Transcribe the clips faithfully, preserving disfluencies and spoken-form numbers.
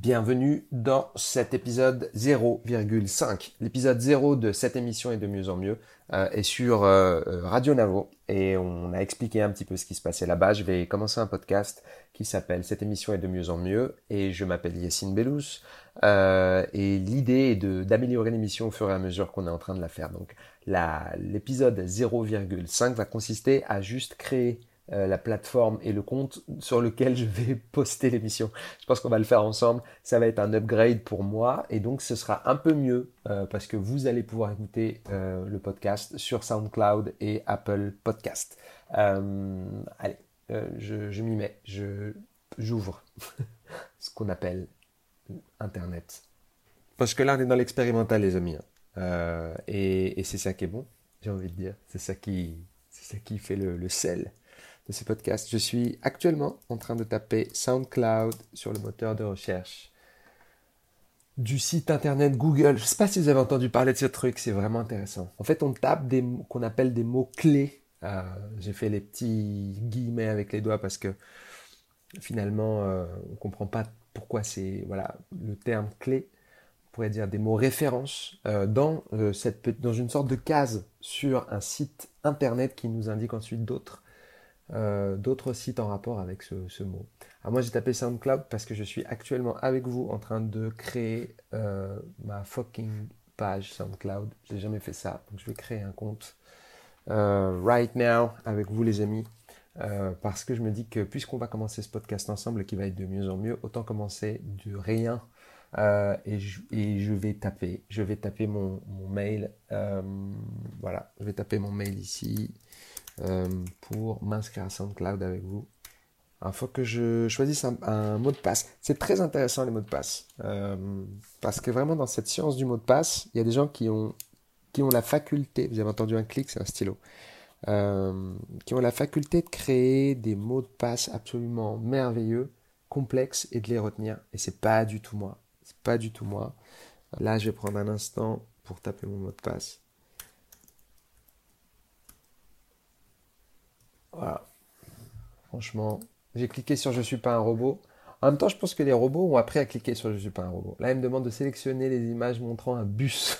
Bienvenue dans cet épisode zéro virgule cinq. L'épisode zéro de cette émission est de mieux en mieux euh, est sur euh, Radio Navo et on a expliqué un petit peu ce qui se passait là-bas. Je vais commencer un podcast qui s'appelle Cette émission est de mieux en mieux et je m'appelle Yacine Bellous euh, et l'idée est de, d'améliorer l'émission au fur et à mesure qu'on est en train de la faire. Donc la, l'épisode zéro virgule cinq va consister à juste créer Euh, la plateforme et le compte sur lequel je vais poster l'émission. Je pense qu'on va le faire ensemble. Ça va être un upgrade pour moi et donc ce sera un peu mieux euh, parce que vous allez pouvoir écouter euh, le podcast sur SoundCloud et Apple Podcast. Euh, allez, euh, je, je m'y mets. Je, j'ouvre ce qu'on appelle Internet. Parce que là, on est dans l'expérimental, les amis. Hein. Euh, et, et c'est ça qui est bon, j'ai envie de dire. C'est ça qui, c'est ça qui fait le, le sel de ce podcast. Je suis actuellement en train de taper SoundCloud sur le moteur de recherche du site internet Google. Je ne sais pas si vous avez entendu parler de ce truc, c'est vraiment intéressant. En fait, on tape des mots qu'on appelle des mots-clés. Euh, j'ai fait les petits guillemets avec les doigts parce que finalement, euh, on ne comprend pas pourquoi c'est voilà, le terme clé. On pourrait dire des mots références euh, dans, euh, cette, dans une sorte de case sur un site internet qui nous indique ensuite d'autres Euh, d'autres sites en rapport avec ce, ce mot. Alors moi j'ai tapé SoundCloud parce que je suis actuellement avec vous en train de créer euh, ma fucking page SoundCloud. J'ai jamais fait ça, donc je vais créer un compte euh, right now avec vous les amis. Euh, parce que je me dis que puisqu'on va commencer ce podcast ensemble et qui va être de mieux en mieux, autant commencer de rien. Euh, et, je, et je vais taper, je vais taper mon, mon mail. Euh, voilà, je vais taper mon mail ici. Euh, pour m'inscrire à SoundCloud avec vous. Il faut que je choisisse un, un mot de passe. C'est très intéressant les mots de passe. Euh, parce que vraiment dans cette science du mot de passe, il y a des gens qui ont, qui ont la faculté, vous avez entendu un clic, c'est un stylo, euh, qui ont la faculté de créer des mots de passe absolument merveilleux, complexes et de les retenir. Et c'est pas du tout moi. C'est pas du tout moi. Là, je vais prendre un instant pour taper mon mot de passe. Voilà. Franchement, j'ai cliqué sur Je suis pas un robot. En même temps, je pense que les robots ont appris à cliquer sur Je suis pas un robot. Là, ils me demandent de sélectionner les images montrant un bus.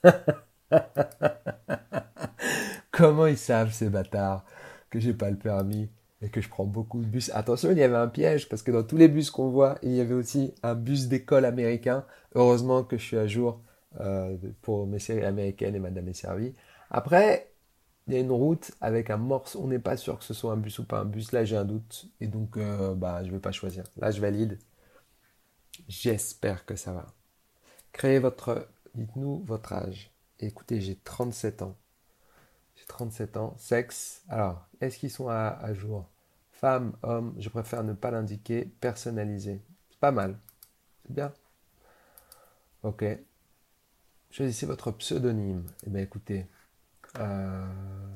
Comment ils savent, ces bâtards, que j'ai pas le permis et que je prends beaucoup de bus. Attention, il y avait un piège parce que dans tous les bus qu'on voit, il y avait aussi un bus d'école américain. Heureusement que je suis à jour euh, pour mes séries américaines et Madame est servie. Après, il y a une route avec un morceau. On n'est pas sûr que ce soit un bus ou pas un bus. Là, j'ai un doute. Et donc, euh, bah, je vais pas choisir. Là, je valide. J'espère que ça va. Créez votre... Dites-nous votre âge. Écoutez, j'ai trente-sept ans. J'ai trente-sept ans. Sexe. Alors, est-ce qu'ils sont à, à jour? Femme, homme. Je préfère ne pas l'indiquer. Personnalisé. C'est pas mal. C'est bien. Ok. Choisissez votre pseudonyme. Eh bien, écoutez. Euh...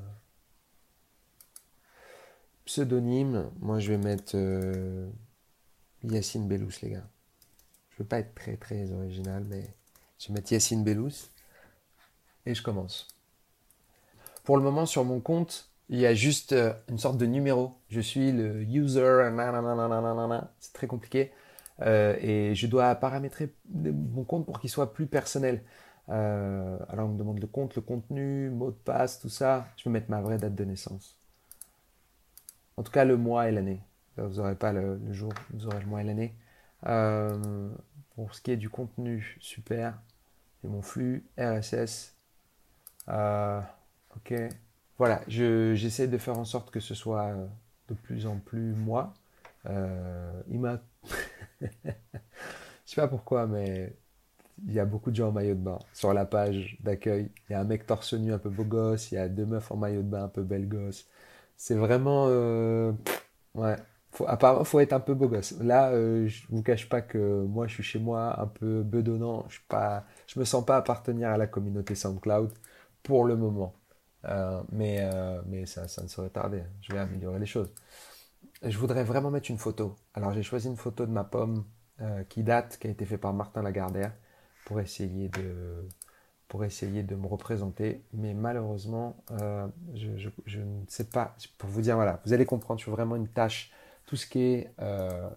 Pseudonyme, moi je vais mettre euh, Yacine Bellous, les gars. Je veux pas être très très original, mais je vais mettre Yacine Bellous et je commence. Pour le moment, sur mon compte, il y a juste euh, une sorte de numéro. Je suis le user, nanana, c'est très compliqué. Euh, et je dois paramétrer mon compte pour qu'il soit plus personnel. Euh, alors on me demande le compte, le contenu, mot de passe, tout ça. Je vais mettre ma vraie date de naissance. En tout cas, le mois et l'année. Vous n'aurez pas le, le jour, vous aurez le mois et l'année. Euh, pour ce qui est du contenu, super. J'ai mon flux R S S. Euh, ok. Voilà, je, j'essaie de faire en sorte que ce soit de plus en plus moi. Euh, il m'a... Je sais pas pourquoi, mais il y a beaucoup de gens en maillot de bain. Sur la page d'accueil, il y a un mec torse nu un peu beau gosse, il y a deux meufs en maillot de bain un peu belle gosse. C'est vraiment... euh, Ouais, faut, apparemment, faut être un peu beau gosse. Là, euh, je vous cache pas que moi, je suis chez moi un peu bedonnant. Je suis pas, je me sens pas appartenir à la communauté SoundCloud pour le moment. Euh, mais euh, mais ça, ça ne saurait tarder. Je vais améliorer les choses. Je voudrais vraiment mettre une photo. Alors, j'ai choisi une photo de ma pomme euh, qui date, qui a été faite par Martin Lagardère pour essayer de, pour essayer de me représenter. Mais malheureusement, euh, je, je- je ne sais pas. Pour vous dire, voilà, vous allez comprendre, je suis vraiment une tâche. Tout ce qui est euh,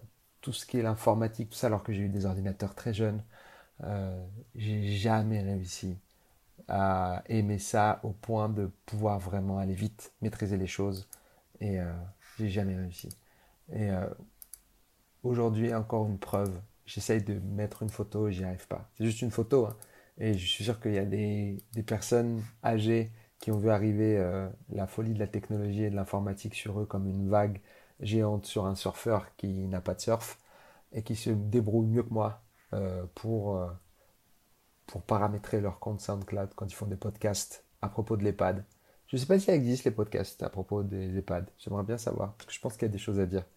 tout ce qui est l'informatique, tout ça, alors que j'ai eu des ordinateurs très jeunes. Euh, j'ai jamais réussi à aimer ça au point de pouvoir vraiment aller vite, maîtriser les choses. Et euh, j'ai jamais réussi. Et euh, aujourd'hui, encore une preuve. J'essaye de mettre une photo et j'y arrive pas. C'est juste une photo, hein. Et je suis sûr qu'il y a des, des personnes âgées qui ont vu arriver euh, la folie de la technologie et de l'informatique sur eux comme une vague géante sur un surfeur qui n'a pas de surf et qui se débrouillent mieux que moi euh, pour, euh, pour paramétrer leur compte SoundCloud quand ils font des podcasts à propos de l'EHPAD. Je ne sais pas si ça existe les podcasts à propos des EHPAD. J'aimerais bien savoir parce que je pense qu'il y a des choses à dire.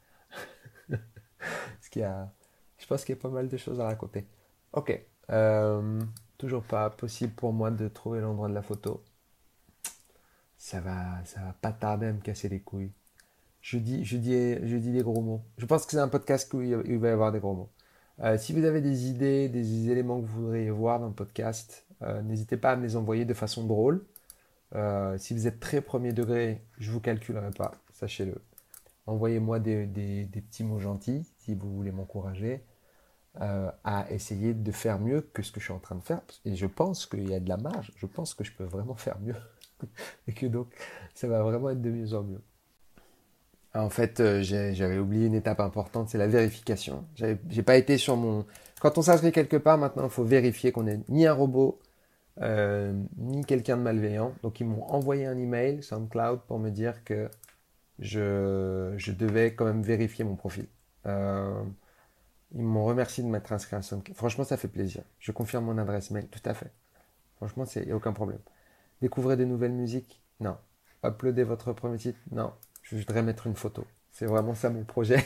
Parce qu'il y a, je pense qu'il y a pas mal de choses à raconter. Ok. Euh, toujours pas possible pour moi de trouver l'endroit de la photo. Ça va, ça va pas tarder à me casser les couilles. Je dis, je dis, je dis des gros mots. Je pense que c'est un podcast où il il va y avoir des gros mots. Euh, si vous avez des idées, des éléments que vous voudriez voir dans le podcast, euh, n'hésitez pas à me les envoyer de façon drôle. Euh, si vous êtes très premier degré, je vous calculerai pas, sachez-le. Envoyez-moi des, des- des petits mots gentils si vous voulez m'encourager euh, à essayer de faire mieux que ce que je suis en train de faire. Et je pense qu'il y a de la marge. Je pense que je peux vraiment faire mieux. Et que donc, ça va vraiment être de mieux en mieux. En fait, euh, j'ai- j'avais oublié une étape importante, c'est la vérification. J'avais- J'ai pas été sur mon... Quand on s'inscrit quelque part, maintenant, il faut vérifier qu'on n'est ni un robot, euh, ni quelqu'un de malveillant. Donc, ils m'ont envoyé un email, SoundCloud, pour me dire que je, je devais quand même vérifier mon profil. Euh, Ils m'ont remercié de m'être inscrit à SoundCloud. Franchement, ça fait plaisir. Je confirme mon adresse mail, tout à fait. Franchement, il n'y a aucun problème. Découvrez de nouvelles musiques? Non. Uploadez votre premier titre? Non. Je voudrais mettre une photo. C'est vraiment ça mon projet.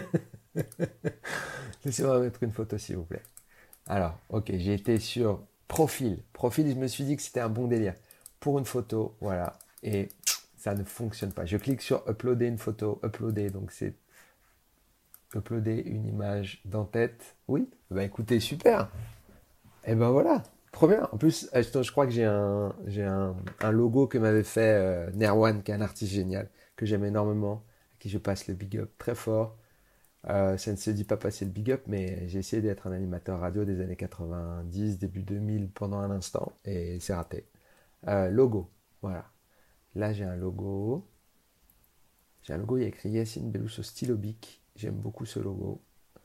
Laissez-moi mettre une photo, s'il vous plaît. Alors, ok, j'ai été sur profil. Profil, je me suis dit que c'était un bon délire. Pour une photo, voilà. Et ça ne fonctionne pas. Je clique sur uploader une photo. Uploader, donc c'est uploader une image d'en-tête. Oui, bah écoutez, super. Et ben voilà, trop bien. En plus, euh, je, je crois que j'ai un, j'ai un, un logo que m'avait fait euh, Nerwan, qui est un artiste génial, que j'aime énormément, à qui je passe le big up très fort. Euh, ça ne se dit pas passer le big up, mais j'ai essayé d'être un animateur radio des années quatre-vingt-dix, début deux mille pendant un instant, et c'est raté. Euh, logo, voilà. Là, j'ai un logo. J'ai un logo, il y a écrit Yacine Bellous au stylo bic. J'aime beaucoup ce logo.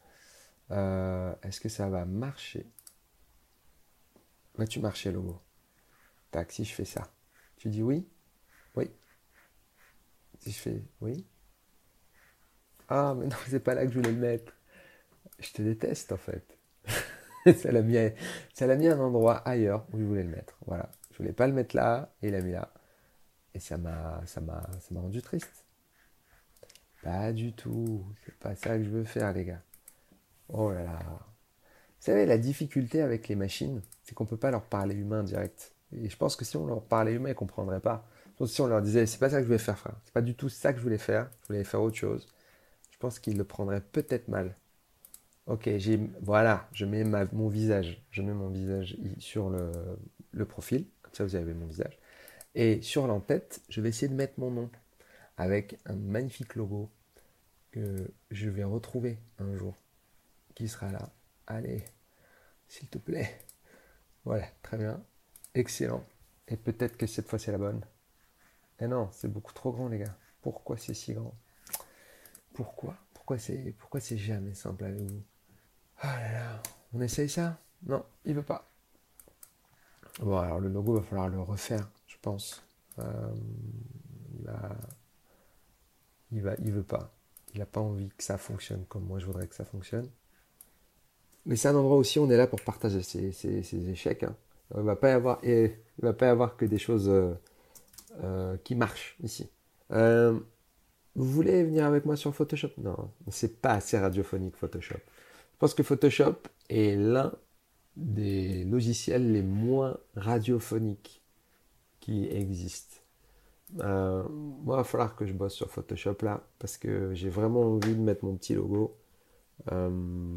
Euh, est-ce que ça va marcher? Va-tu marcher, logo? Tac, si je fais ça. Tu dis oui? Oui. Si je fais oui? Ah, mais non, c'est pas là que je voulais le mettre. Je te déteste, en fait. ça l'a mis, à- ça l'a mis à un endroit ailleurs où je voulais le mettre. Voilà. Je voulais pas le mettre là, et il l'a mis là. Et ça m'a, ça m'a, ça m'a rendu triste. Pas du tout. C'est pas ça que je veux faire, les gars. Oh là là. Vous savez, la difficulté avec les machines, c'est qu'on peut pas leur parler humain direct. Et je pense que si on leur parlait humain, ils comprendraient pas. Donc, si on leur disait, c'est pas ça que je voulais faire, frère. C'est pas du tout ça que je voulais faire. Je voulais faire autre chose. Je pense qu'ils le prendraient peut-être mal. Ok, j'ai, voilà, je mets ma- mon visage. Je mets mon visage i- sur le, le profil. Comme ça, vous avez mon visage. Et sur l'entête, je vais essayer de mettre mon nom avec un magnifique logo que je vais retrouver un jour. Qui sera là? Allez, s'il te plaît. Voilà, très bien. Excellent. Et peut-être que cette fois c'est la bonne. Eh non, c'est beaucoup trop grand, les gars. Pourquoi c'est si grand? Pourquoi? Pourquoi c'est pourquoi c'est jamais simple avec vous? Ah là là. On essaye ça? Non, il veut pas. Bon, alors le logo, va falloir le refaire, je pense. Euh, il va, il va, il veut pas. Il a pas envie que ça fonctionne comme moi je voudrais que ça fonctionne. Mais c'est un endroit aussi où on est là pour partager ses, ses- ses échecs, hein. Il va pas y avoir, et il va pas y avoir que des choses euh, euh, qui marchent ici. Euh, Vous voulez venir avec moi sur Photoshop? Non, c'est pas assez radiophonique Photoshop. Je pense que Photoshop est l'un des logiciels les moins radiophoniques qui existent. Euh, moi, il va falloir que je bosse sur Photoshop là, parce que j'ai vraiment envie de mettre mon petit logo. Euh,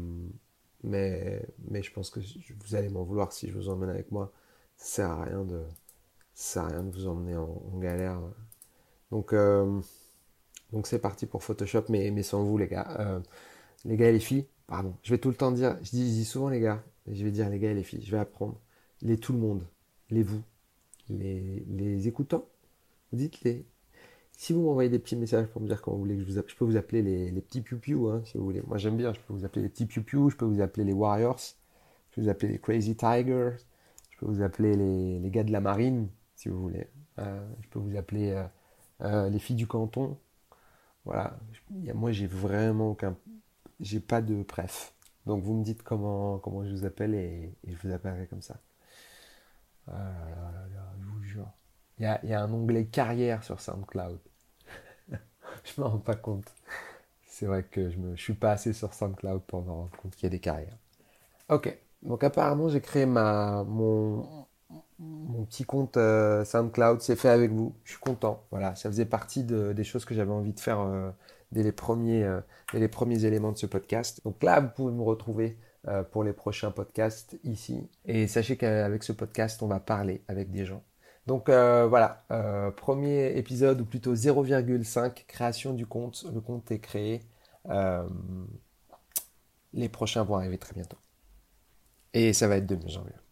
mais, mais je pense que vous allez m'en vouloir si je vous emmène avec moi. Ça sert à rien de, ça sert à rien de vous emmener en, en galère. Donc, euh, donc c'est parti pour Photoshop, mais, mais sans vous les gars. Euh, les gars et les filles, pardon, je vais tout le temps dire, je dis, je dis souvent les gars, et je vais dire les gars et les filles, je vais apprendre, les tout le monde, les vous, les, les écoutants, vous dites les. Si vous m'envoyez des petits messages pour me dire comment vous voulez que je vous appelle, je peux vous appeler les, les petits piou-piou, hein, si vous voulez. Moi j'aime bien, je peux vous appeler les petits piou-piou, je peux vous appeler les Warriors, je peux vous appeler les Crazy Tigers, je peux vous appeler les, les gars de la marine, si vous voulez. Euh, je peux vous appeler euh, euh, les filles du canton. Voilà. Il y a- moi j'ai vraiment aucun. J'ai pas de préf. Donc vous me dites comment, comment je vous appelle et, et je vous appellerai comme ça. Ah là là là là, je vous jure. Il y a, il y a un onglet carrière sur SoundCloud. Je me rends pas compte. C'est vrai que je ne suis pas assez sur SoundCloud pour me rendre compte qu'il y a des carrières. Ok, donc apparemment j'ai créé ma, mon, mon petit compte euh, SoundCloud, c'est fait avec vous, je suis content. Voilà, ça faisait partie de- des choses que j'avais envie de faire euh, dès les premiers, euh, dès les premiers éléments de ce podcast. Donc là, vous pouvez me retrouver euh, pour les prochains podcasts ici. Et sachez qu'avec ce podcast, on va parler avec des gens. Donc euh, voilà, euh, premier épisode, ou plutôt zéro virgule cinq, création du compte. Le compte est créé. Euh, les prochains vont arriver très bientôt. Et ça va être de mieux en mieux.